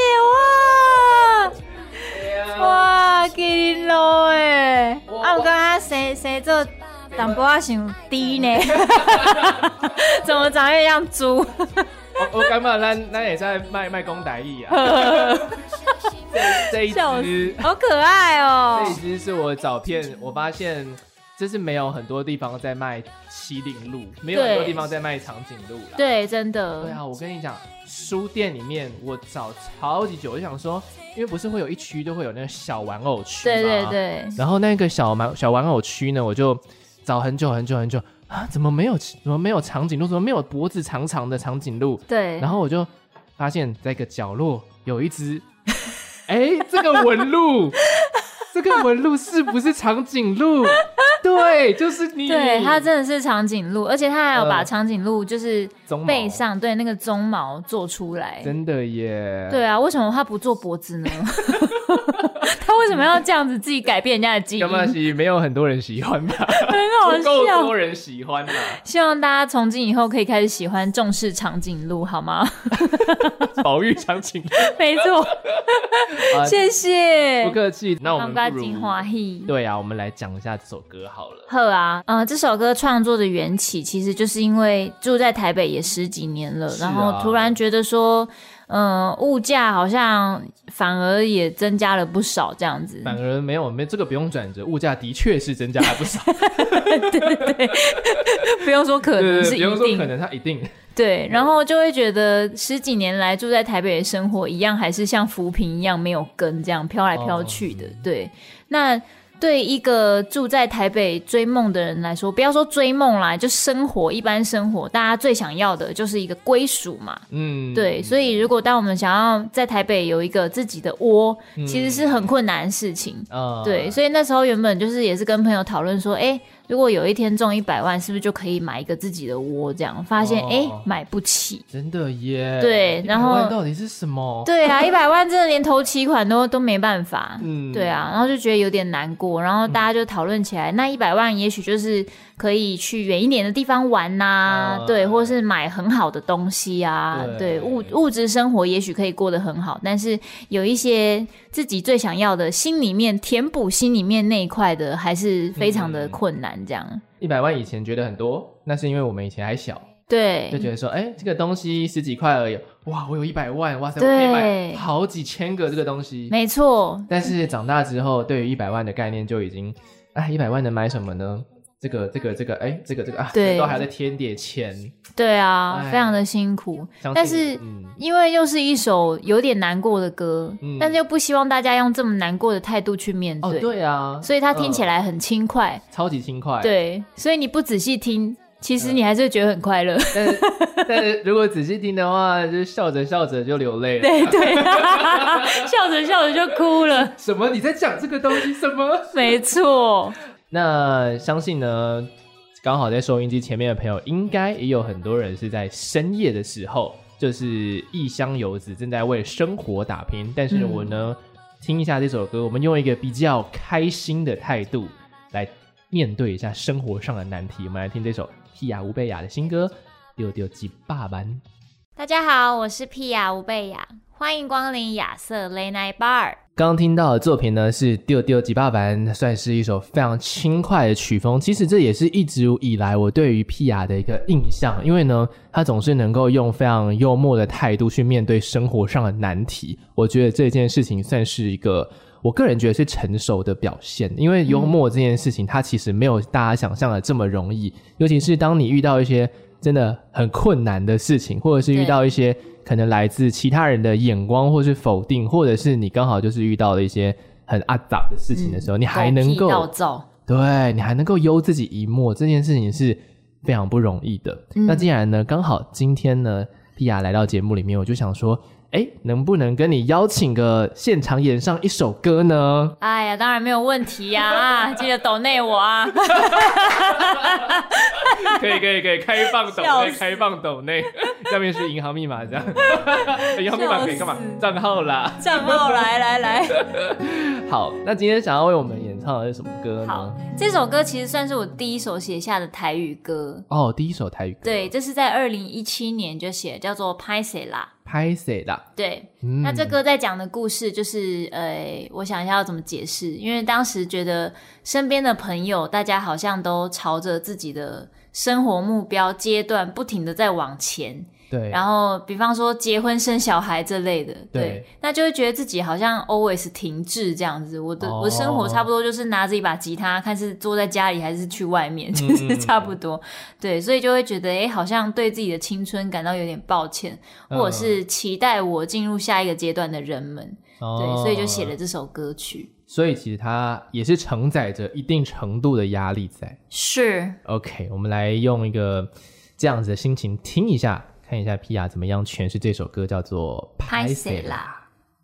[SPEAKER 2] 谢哇！哇，麒麟咯诶，啊，我刚刚生做淡薄仔伤低呢，怎么长得像猪？
[SPEAKER 1] 我感觉咱也在卖公台语啊。这一只
[SPEAKER 2] 好可爱哦！
[SPEAKER 1] 这一只是我找片，我发现就是没有很多地方在卖麒麟鹿，没有很多地方在卖长颈鹿啦。
[SPEAKER 2] 对，真的。
[SPEAKER 1] 对啊，我跟你讲，书店里面我找超级久，我就想说，因为不是会有一区都会有那个小玩偶区吗？
[SPEAKER 2] 对对对。
[SPEAKER 1] 然后那个小玩偶区呢，我就找很久啊，怎么没有长颈鹿？怎么没有脖子长长的长颈鹿？
[SPEAKER 2] 对。
[SPEAKER 1] 然后我就发现，在一个角落有一只，这个纹路，这个纹路是不是长颈鹿？对，就是你。
[SPEAKER 2] 对，它真的是长颈鹿，而且它还有把长颈鹿就是背上对那个鬃毛做出来。
[SPEAKER 1] 真的耶。
[SPEAKER 2] 对啊，为什么它不做脖子呢？他为什么要这样子自己改变人家的基因？
[SPEAKER 1] 干嘛是没有很多人喜欢吧？
[SPEAKER 2] 很好笑，
[SPEAKER 1] 不够多人喜欢吧？
[SPEAKER 2] 希望大家从今以后可以开始喜欢重视长颈鹿，好吗？
[SPEAKER 1] 保育长颈鹿，
[SPEAKER 2] 没错。谢谢，
[SPEAKER 1] 不客气。那我们不如对啊，我们来讲一下这首歌好了。
[SPEAKER 2] 好啊，这首歌创作的缘起其实就是因为住在台北也10几年了，然后突然觉得说。物价好像反而也增加了不少，这样子。
[SPEAKER 1] 反而没有这个不用转折，物价的确是增加了不少。
[SPEAKER 2] 对，不用说可能，是一定。
[SPEAKER 1] 不用说可能，它一定。
[SPEAKER 2] 对，然后就会觉得10几年来住在台北的生活一样，还是像浮萍一样没有根，这样飘来飘去的。对，那。对一个住在台北追梦的人来说，不要说追梦啦，就生活一般生活，大家最想要的就是一个归属嘛。对，所以如果当我们想要在台北有一个自己的窝，其实是很困难的事情。对，所以那时候原本就是也是跟朋友讨论说，如果有一天中100万，是不是就可以买一个自己的窝？这样发现，买不起，
[SPEAKER 1] 真的耶。
[SPEAKER 2] 对，然后100
[SPEAKER 1] 万到底是什么？
[SPEAKER 2] 对啊，100万真的连头期款都没办法。对啊，然后就觉得有点难过，然后大家就讨论起来，那100万也许就是可以去远一点的地方玩呐，对，或是买很好的东西啊，对，物质生活也许可以过得很好，但是有一些自己最想要的，心里面填补心里面那一块的，还是非常的困难。这样
[SPEAKER 1] 100万以前觉得很多，那是因为我们以前还小，
[SPEAKER 2] 对，
[SPEAKER 1] 就觉得说，这个东西10几块而已，哇，我有100万，哇塞，我可以买好几千个这个东西，
[SPEAKER 2] 没错。
[SPEAKER 1] 但是长大之后，对于100万的概念就已经，100万能买什么呢？这个啊，对，都还在添点钱，
[SPEAKER 2] 对啊，非常的辛苦。但是因为又是一首有点难过的歌，但是又不希望大家用这么難過的态度去面对。
[SPEAKER 1] 对啊，
[SPEAKER 2] 所以它听起来很轻快，
[SPEAKER 1] 超级轻快。
[SPEAKER 2] 对，所以你不仔细听，其实你还是会觉得很快乐。
[SPEAKER 1] 但是如果仔细听的话，就是笑着笑着就流泪了。
[SPEAKER 2] 对，笑着笑着就哭了。
[SPEAKER 1] 什么？你在讲这个东西？什么？
[SPEAKER 2] 没错。
[SPEAKER 1] 那相信呢，刚好在收音机前面的朋友，应该也有很多人是在深夜的时候，就是异乡游子正在为生活打拼。但是我呢，听一下这首歌，我们用一个比较开心的态度来面对一下生活上的难题。我们来听这首屁雅吴贝雅的新歌《丢丢几把班》。
[SPEAKER 2] 大家好，我是屁雅吴贝雅，欢迎光临亚瑟 Late Night Bar。
[SPEAKER 1] 刚刚听到的作品呢是《丢丢几把班》，算是一首非常轻快的曲风。其实这也是一直以来我对于屁雅的一个印象，因为呢，他总是能够用非常幽默的态度去面对生活上的难题。我觉得这件事情算是一个，我个人觉得是成熟的表现。因为幽默这件事情，它其实没有大家想象的这么容易，尤其是当你遇到一些真的很困难的事情，或者是遇到一些可能来自其他人的眼光或是否定，或者是你刚好就是遇到了一些很阿杂的事情的时候，你还能够对，你还能够悠自己一默，这件事情是非常不容易的。那既然呢刚好今天呢屁雅来到节目里面，我就想说能不能跟你邀請個現場演上一首歌呢？
[SPEAKER 2] 哎呀，當然沒有問題啊！記得抖內我啊！
[SPEAKER 1] 可以，開放抖內，開放抖內， 下面是银行密码这样。银行密码可以干嘛？账号啦，
[SPEAKER 2] 账号来。
[SPEAKER 1] 好，那今天想要为我们演唱的是什么歌呢？
[SPEAKER 2] 好，这首歌其实算是我第一首写下的台语歌。
[SPEAKER 1] 哦，第一首台语歌。
[SPEAKER 2] 对，这是在2017年就写，叫做拍谁啦。
[SPEAKER 1] 拍谁啦？
[SPEAKER 2] 对，那这歌在讲的故事就是，我想一下要怎么解释，因为当时觉得身边的朋友，大家好像都朝着自己的生活目标阶段不停的在往前。
[SPEAKER 1] 对，
[SPEAKER 2] 然后比方说结婚生小孩这类的，对，那就会觉得自己好像 always 停滞这样子。我的生活差不多就是拿着一把吉他，看是坐在家里还是去外面，就是差不多。对，所以就会觉得好像对自己的青春感到有点抱歉，或者是期待我进入下一个阶段的人们。对，所以就写了这首歌曲。
[SPEAKER 1] 所以其实它也是承载着一定程度的压力在。
[SPEAKER 2] 是。
[SPEAKER 1] OK， 我们来用一个这样子的心情听一下。看一下 Pia 怎么样诠释这首歌，叫做拍谁啦。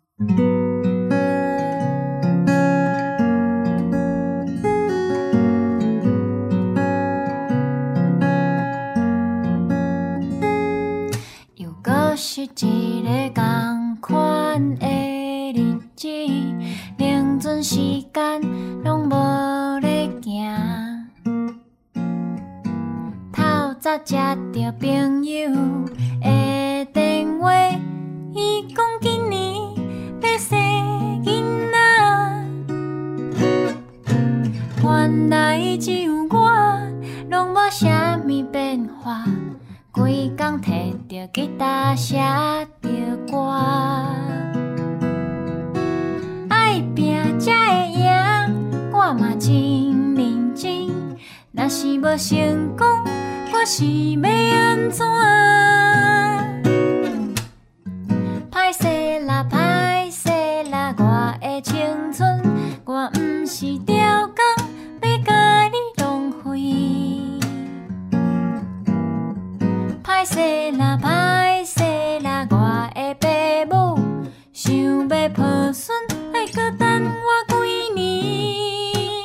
[SPEAKER 2] 又搁是一个同款的日子，零准时间拢无咧行。早接到朋友的电话，伊讲今年要生囡仔，原来只有我，拢无啥物变化，规工摕着吉他写着歌，爱拼才会赢，我嘛真认真，若是无成功。我是要安怎？歹势啦，歹势啦，我的青春，我不是雕工，要甲你浪费。歹势啦，歹势啦，我的爸母想要抱孙，爱搁等我几年。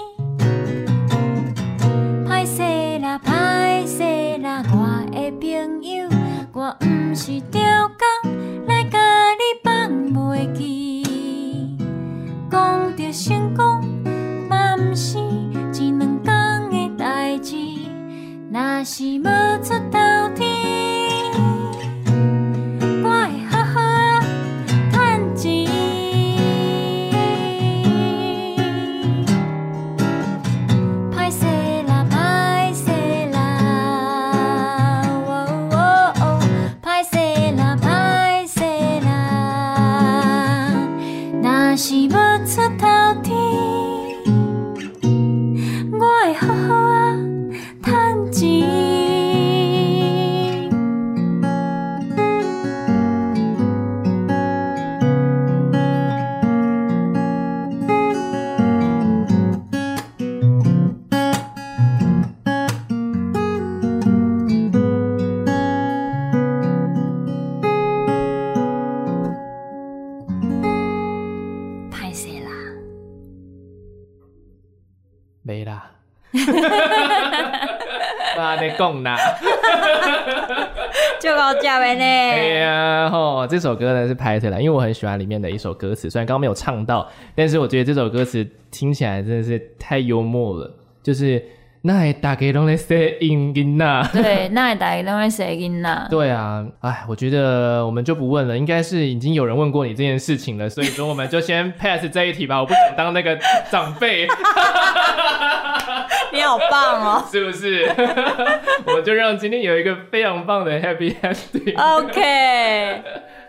[SPEAKER 2] 歹势啦，歹势。我的朋友，我不是雕工，来甲你放袂记。讲着成功，嘛不是一两天的代志，若是无出头天，我会好好赚钱。歹势啦，歹势。是无出头天，我会好好啊赚钱。
[SPEAKER 1] 没啦，妈在讲啦，
[SPEAKER 2] 就搞假的呢。
[SPEAKER 1] 哎呀吼，这首歌呢是拍谁啦？因为我很喜欢里面的一首歌词，虽然刚刚没有唱到，但是我觉得这首歌词听起来真的是太幽默了，就是那会大家都在说囡仔，
[SPEAKER 2] 对，那会大家都在说囡仔。
[SPEAKER 1] 对啊，哎，我觉得我们就不问了，应该是已经有人问过你这件事情了，所以说我们就先 pass 这一题吧，我不想当那个长辈。
[SPEAKER 2] 你好棒哦，
[SPEAKER 1] 是不是？我们就让今天有一个非常棒的 happy ending。
[SPEAKER 2] OK。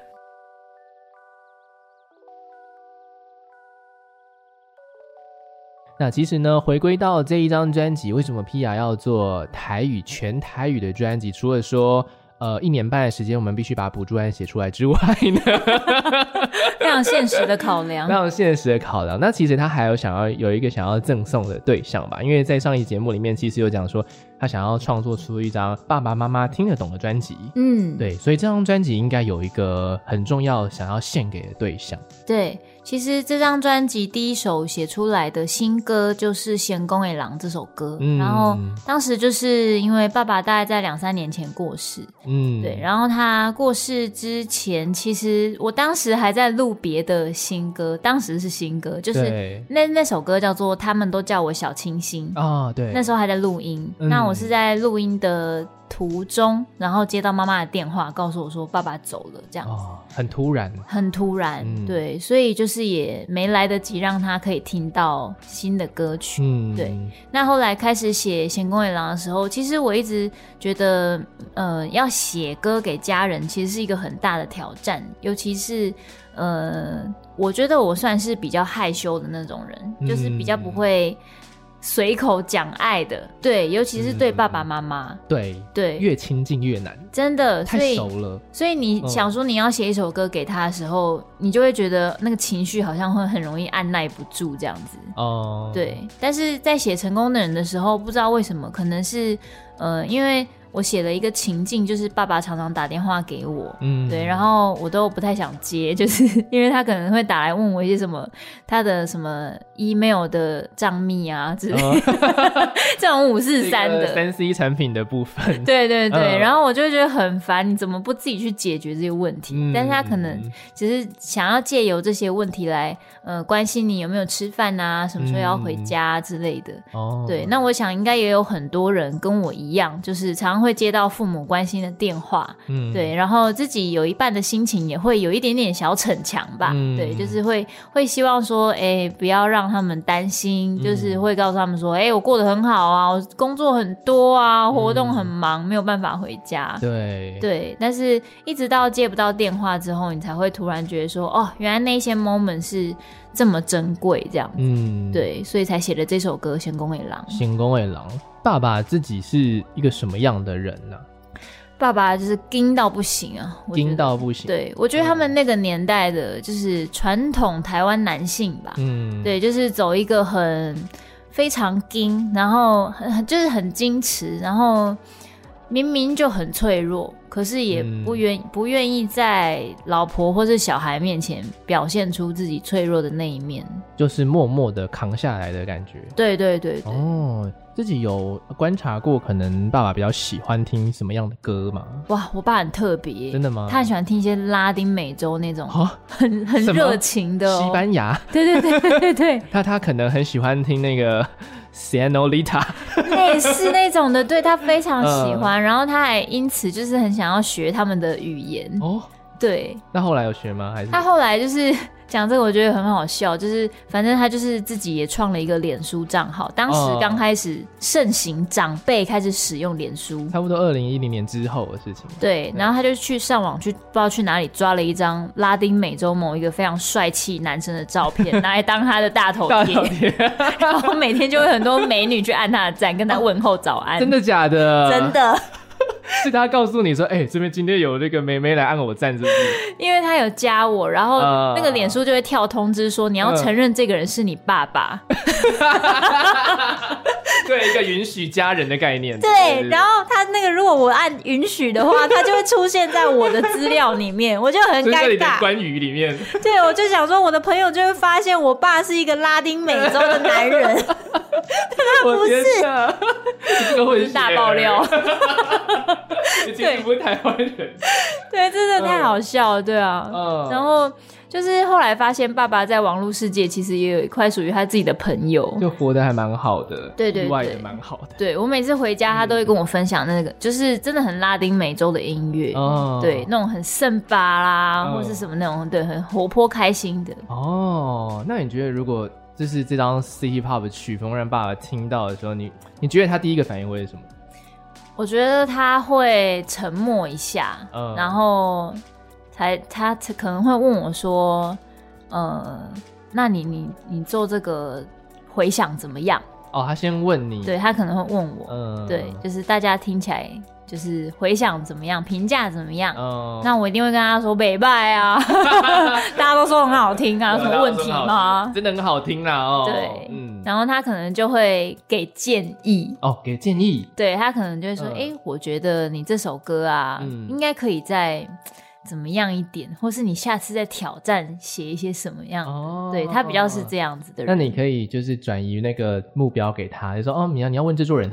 [SPEAKER 1] 那其实呢，回归到这一张专辑，为什么 Pia 要做台语全台语的专辑？除了说1年半的时间我们必须把补助案写出来之外呢，
[SPEAKER 2] 非常现实的考量，
[SPEAKER 1] 非常现实的考量。那其实他还有有一个想要赠送的对象吧，因为在上一节目里面其实有讲说他想要创作出一张爸爸妈妈听得懂的专辑。对，所以这张专辑应该有一个很重要想要献给的对象。
[SPEAKER 2] 对，其实这张专辑第一首写出来的新歌就是《贤公的郎》这首歌，然后当时就是因为爸爸大概在2-3年前过世，对，然后他过世之前，其实我当时还在录别的新歌，当时是新歌，就是那首歌叫做《他们都叫我小清新》对，那时候还在录音，那我是在录音的途中，然后接到妈妈的电话，告诉我说爸爸走了，这样子，
[SPEAKER 1] 很突然，
[SPEAKER 2] 很突然，对，所以就是也没来得及让他可以听到新的歌曲，对。那后来开始写《贤公的郎》的时候，其实我一直觉得，要写歌给家人，其实是一个很大的挑战，尤其是，我觉得我算是比较害羞的那种人，就是比较不会随口讲爱的，对，尤其是对爸爸妈妈，
[SPEAKER 1] 对，越亲近越难，
[SPEAKER 2] 真的
[SPEAKER 1] 太熟了。
[SPEAKER 2] 所以你想说你要写一首歌给他的时候，你就会觉得那个情绪好像会很容易按耐不住这样子。对。但是在写《成功的人》的时候，不知道为什么，可能是因为我写了一个情境，就是爸爸常常打电话给我，对，然后我都不太想接，就是因为他可能会打来问我一些什么他的什么 email 的账密啊之类的，这种543的
[SPEAKER 1] 3C 产品的部分，
[SPEAKER 2] 对，然后我就会觉得很烦，你怎么不自己去解决这些问题？但是他可能只是想要借由这些问题来关心你有没有吃饭啊，什么时候要回家之类的。对，那我想应该也有很多人跟我一样，就是常常会接到父母关心的电话，对，然后自己有一半的心情也会有一点点小逞强吧，对，就是会希望说，不要让他们担心，就是会告诉他们说，我过得很好啊，我工作很多啊，活动很忙，没有办法回家，对，但是一直到接不到电话之后，你才会突然觉得说，原来那些 moment 是这么珍贵，这样子，对，所以才写了这首歌《贤公的郎》。
[SPEAKER 1] 贤公的郎，爸爸自己是一个什么样的人呢？
[SPEAKER 2] 爸爸就是硬到不行啊，
[SPEAKER 1] 硬到不行。
[SPEAKER 2] 对，我觉得他们那个年代的，就是传统台湾男性吧，对，就是走一个非常硬，然后就是很矜持，然后明明就很脆弱，可是也不愿意在老婆或是小孩面前表现出自己脆弱的那一面，就是
[SPEAKER 1] 默默的扛下来的感觉。
[SPEAKER 2] 对，
[SPEAKER 1] 自己有观察过可能爸爸比较喜欢听什么样的歌吗？
[SPEAKER 2] 哇，我爸很特别。
[SPEAKER 1] 真的吗？
[SPEAKER 2] 他很喜欢听一些拉丁美洲那种很热情的
[SPEAKER 1] 西班牙。
[SPEAKER 2] 对
[SPEAKER 1] 他可能很喜欢听那个Señorita
[SPEAKER 2] 类似那种的，对，他非常喜欢，然后他还因此就是很想要学他们的语言。对。
[SPEAKER 1] 那后来有学吗？还是
[SPEAKER 2] 他后来就是讲这个我觉得很好笑，就是反正他就是自己也创了一个脸书账号，当时刚开始盛行，长辈开始使用脸书，
[SPEAKER 1] 差不多2010年之后的事情。
[SPEAKER 2] 对，然后他就去上网去不知道去哪里抓了一张拉丁美洲某一个非常帅气男生的照片，拿来当他的大头贴然后每天就会很多美女去按他的赞，跟他问候早安。
[SPEAKER 1] 真的假的？
[SPEAKER 2] 真的。
[SPEAKER 1] 是他告诉你说，这边今天有那个妹妹来按我赞，是不是？
[SPEAKER 2] 因为他有加我，然后那个脸书就会跳通知说，你要承认这个人是你爸爸。
[SPEAKER 1] 对，一个允许家人的概念。
[SPEAKER 2] 对，然后他那个如果我按允许的话，他就会出现在我的资料里面，我就很尴尬。
[SPEAKER 1] 这里的关于里面。
[SPEAKER 2] 对，我就想说，我的朋友就会发现我爸是一个拉丁美洲的男人，他不是。
[SPEAKER 1] 这个会是
[SPEAKER 2] 大爆料。
[SPEAKER 1] 你其实不是台湾人。
[SPEAKER 2] 对，真的太好笑了，对啊。然后就是后来发现爸爸在网络世界其实也有一块属于他自己的朋友，
[SPEAKER 1] 就活得还蛮好的，
[SPEAKER 2] 对，
[SPEAKER 1] 意外也蛮好的。
[SPEAKER 2] 对，我每次回家他都会跟我分享那个就是真的很拉丁美洲的音乐，对，那种很圣巴啦，或是什么那种，对，很活泼开心的。
[SPEAKER 1] 那你觉得如果就是这张 City Pop 的曲风让爸爸听到的时候，你觉得他第一个反应会是什么？
[SPEAKER 2] 我觉得他会沉默一下，然后他可能会问我说，那你做这个回响怎么样？
[SPEAKER 1] 哦，他先问你，
[SPEAKER 2] 对，他可能会问我，对，就是大家听起来就是回响怎么样，评价怎么样，那我一定会跟他说北拜啊，大家都说很好听啊，有什么问题吗？
[SPEAKER 1] 真的很好听啦，
[SPEAKER 2] 对，然后他可能就会给建议，
[SPEAKER 1] 给建议，
[SPEAKER 2] 对，他可能就会说，我觉得你这首歌啊，应该可以再怎么样一点，或是你下次再挑战写一些什么样，对，他比较是这样子的人。
[SPEAKER 1] 那你可以就是转移那个目标给他，就说你要问制作人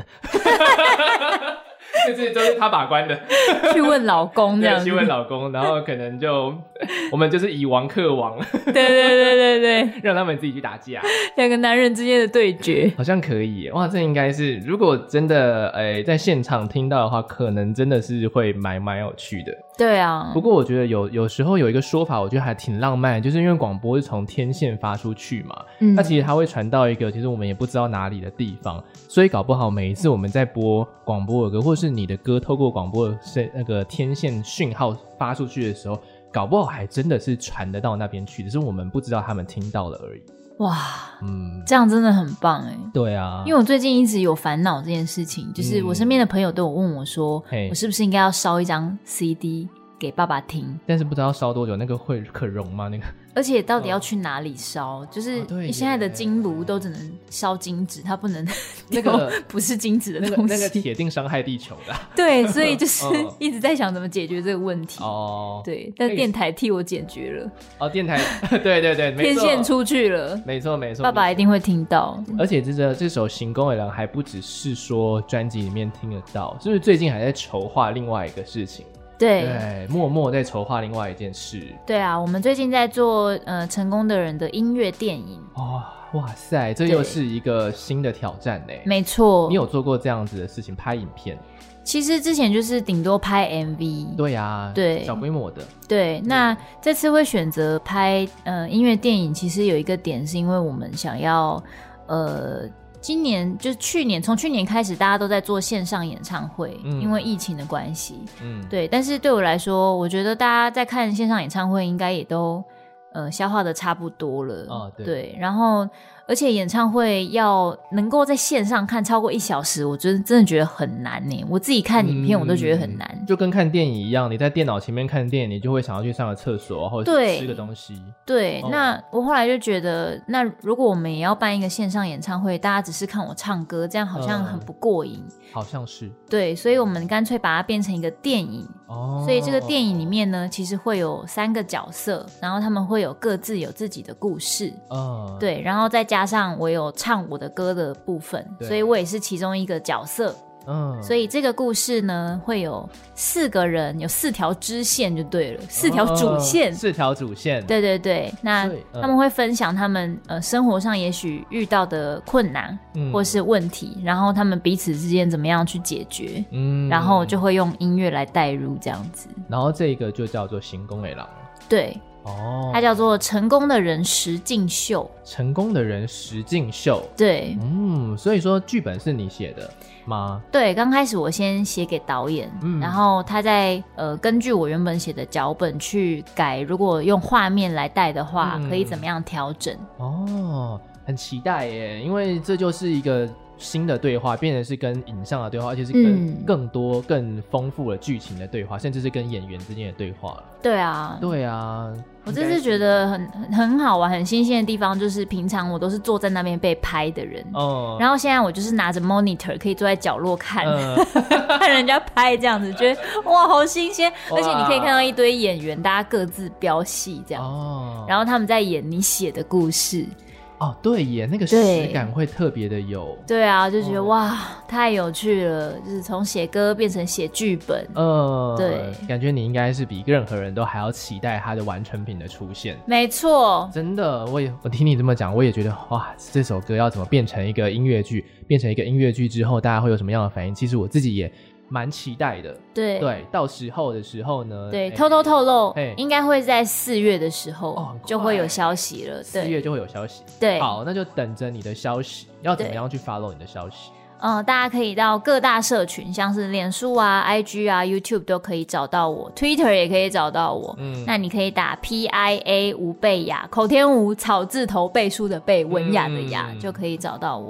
[SPEAKER 1] 这都是他把关的
[SPEAKER 2] 去问老公这样子，
[SPEAKER 1] 去问老公，然后可能就我们就是以王克王
[SPEAKER 2] 对
[SPEAKER 1] 让他们自己去打架，
[SPEAKER 2] 两个男人之间的对决
[SPEAKER 1] 好像可以耶。哇，这应该是如果真的在现场听到的话，可能真的是会蛮有趣的。
[SPEAKER 2] 对啊，
[SPEAKER 1] 不过我觉得有时候有一个说法我觉得还挺浪漫的，就是因为广播是从天线发出去嘛，那其实它会传到一个其实我们也不知道哪里的地方，所以搞不好每一次我们在播广播的歌，或是你的歌透过广播的那个天线讯号发出去的时候，搞不好还真的是传得到那边去，只是我们不知道他们听到了而已。
[SPEAKER 2] 哇，这样真的很棒耶。
[SPEAKER 1] 对啊，
[SPEAKER 2] 因为我最近一直有烦恼这件事情，就是我身边的朋友都有问我说，我是不是应该要烧一张 CD 给爸爸听，
[SPEAKER 1] 但是不知道烧多久，那个会可溶吗？那个，
[SPEAKER 2] 而且到底要去哪里烧？就是你现在的金炉都只能烧金纸，它不能那个不是金纸的东西，
[SPEAKER 1] 那个铁定伤害地球的。
[SPEAKER 2] 对，所以就是一直在想怎么解决这个问题。对，但电台替我解决了。电台，对， 天线出去了，
[SPEAKER 1] 没错，
[SPEAKER 2] 爸爸一定会听到。
[SPEAKER 1] 而且这首《行宫尾郎》还不只是说专辑里面听得到，是不是最近还在筹划另外一个事情？对，默默在筹划另外一件事。对
[SPEAKER 2] 啊，我们最近在做成功的人的音乐电影。
[SPEAKER 1] 哇塞，这又是一个新的挑战耶。
[SPEAKER 2] 没错，
[SPEAKER 1] 你有做过这样子的事情，拍影片？
[SPEAKER 2] 其实之前就是顶多拍 MV。
[SPEAKER 1] 对啊，对，小规模的。对，
[SPEAKER 2] 那这次会选择拍音乐电影，其实有一个点是因为我们想要今年就是从去年开始，大家都在做线上演唱会，因为疫情的关系，对。但是对我来说，我觉得大家在看线上演唱会，应该也都消化的差不多了，对。然后，而且演唱会要能够在线上看超过1小时，我真的觉得很难呢。我自己看影片我都觉得很难，
[SPEAKER 1] 就跟看电影一样，你在电脑前面看电影，你就会想要去上个厕所或者吃个东西。
[SPEAKER 2] 对，那我后来就觉得，那如果我们也要办一个线上演唱会，大家只是看我唱歌，这样好像很不过瘾。
[SPEAKER 1] 好像是。对，
[SPEAKER 2] 所以我们干脆把它变成一个电影。所以这个电影里面呢，其实会有3个角色，然后他们会有各自有自己的故事。对，然后再加上我有唱我的歌的部分，所以我也是其中一个角色。所以这个故事呢，会有4个人，有4条支线就对了，4条主线
[SPEAKER 1] ，4条主线。
[SPEAKER 2] 对，那他们会分享他们生活上也许遇到的困难或是问题，然后他们彼此之间怎么样去解决，然后就会用音乐来带入这样子。
[SPEAKER 1] 然后这个就叫做行宫尾郎。
[SPEAKER 2] 对。它叫做成功的人实境秀。
[SPEAKER 1] 成功的人实境秀。
[SPEAKER 2] 对，
[SPEAKER 1] 所以说剧本是你写的吗？
[SPEAKER 2] 对，刚开始我先写给导演，然后他再根据我原本写的脚本去改，如果用画面来带的话，可以怎么样调整？
[SPEAKER 1] 很期待耶，因为这就是一个新的对话，变成是跟影像的对话，而且是更多更丰富的剧情的对话，甚至是跟演员之间的对话了。
[SPEAKER 2] 对啊，我这次觉得很好玩、很新鲜的地方，就是平常我都是坐在那边被拍的人，然后现在我就是拿着 monitor 可以坐在角落看，看人家拍这样子，觉得哇好新鲜，而且你可以看到一堆演员，大家各自飙戏这样子，然后他们在演你写的故事。
[SPEAKER 1] 对耶，那个实感会特别的有。
[SPEAKER 2] 对啊，就觉得哇太有趣了，就是从写歌变成写剧本。对，
[SPEAKER 1] 感觉你应该是比任何人都还要期待它的完成品的出现。
[SPEAKER 2] 没错，
[SPEAKER 1] 真的，我听你这么讲，我也觉得哇，这首歌要怎么变成一个音乐剧，变成一个音乐剧之后大家会有什么样的反应，其实我自己也蛮期待的。对，到时候的时候呢，
[SPEAKER 2] 对，偷露，应该会在4月的时候就会有消息了。
[SPEAKER 1] 4月就会有消息。
[SPEAKER 2] 对，
[SPEAKER 1] 好，那就等着你的消息。要怎么样去 follow 你的消息？
[SPEAKER 2] 大家可以到各大社群，像是脸书啊、IG 啊、YouTube 都可以找到我， Twitter 也可以找到我。那你可以打 PIA 吴贝雅，口天吴草字头背书的背，文雅的雅，就可以找到我。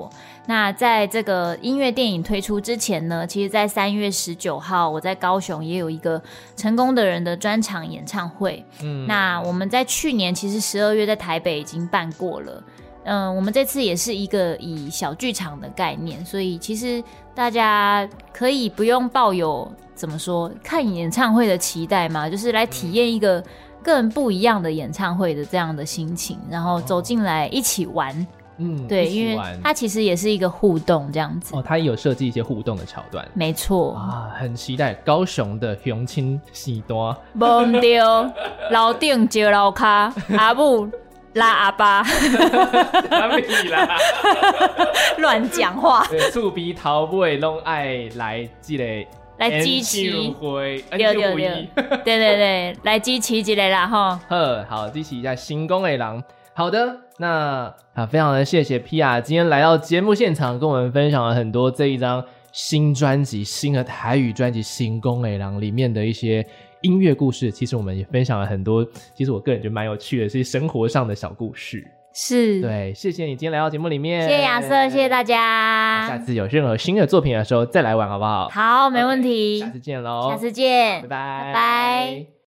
[SPEAKER 2] 那在这个音乐电影推出之前呢，其实在3月19号我在高雄也有一个成功的人的专场演唱会。那我们在去年其实12月在台北已经办过了。我们这次也是一个以小剧场的概念，所以其实大家可以不用抱有怎么说看演唱会的期待嘛，就是来体验一个更不一样的演唱会的这样的心情，然后走进来一起玩。对，因为它其实也是一个互动这样子。
[SPEAKER 1] 它也有设计一些互动的桥段。
[SPEAKER 2] 没错
[SPEAKER 1] 啊，很期待高雄的雄青喜多。
[SPEAKER 2] 没对，老顶接老卡，阿母拉阿爸。
[SPEAKER 1] 哪里啦？
[SPEAKER 2] 乱讲话。
[SPEAKER 1] 厝边头尾拢爱来这个。
[SPEAKER 2] 来支持，对，来支持一个啦齁。
[SPEAKER 1] 好，支持一下成功的人。好的，那非常的谢谢 Pia 今天来到节目现场，跟我们分享了很多这一张新专辑、新的台语专辑《成功的人》里面的一些音乐故事。其实我们也分享了很多，其实我个人觉得蛮有趣的，是生活上的小故事。
[SPEAKER 2] 是，
[SPEAKER 1] 对，谢谢你今天来到节目里面，
[SPEAKER 2] 谢谢亚瑟，谢谢大家。
[SPEAKER 1] 下次有任何新的作品的时候再来玩好不好？
[SPEAKER 2] 好，没问题。
[SPEAKER 1] 下次见咯，
[SPEAKER 2] 下次见，
[SPEAKER 1] 拜拜，
[SPEAKER 2] 拜拜。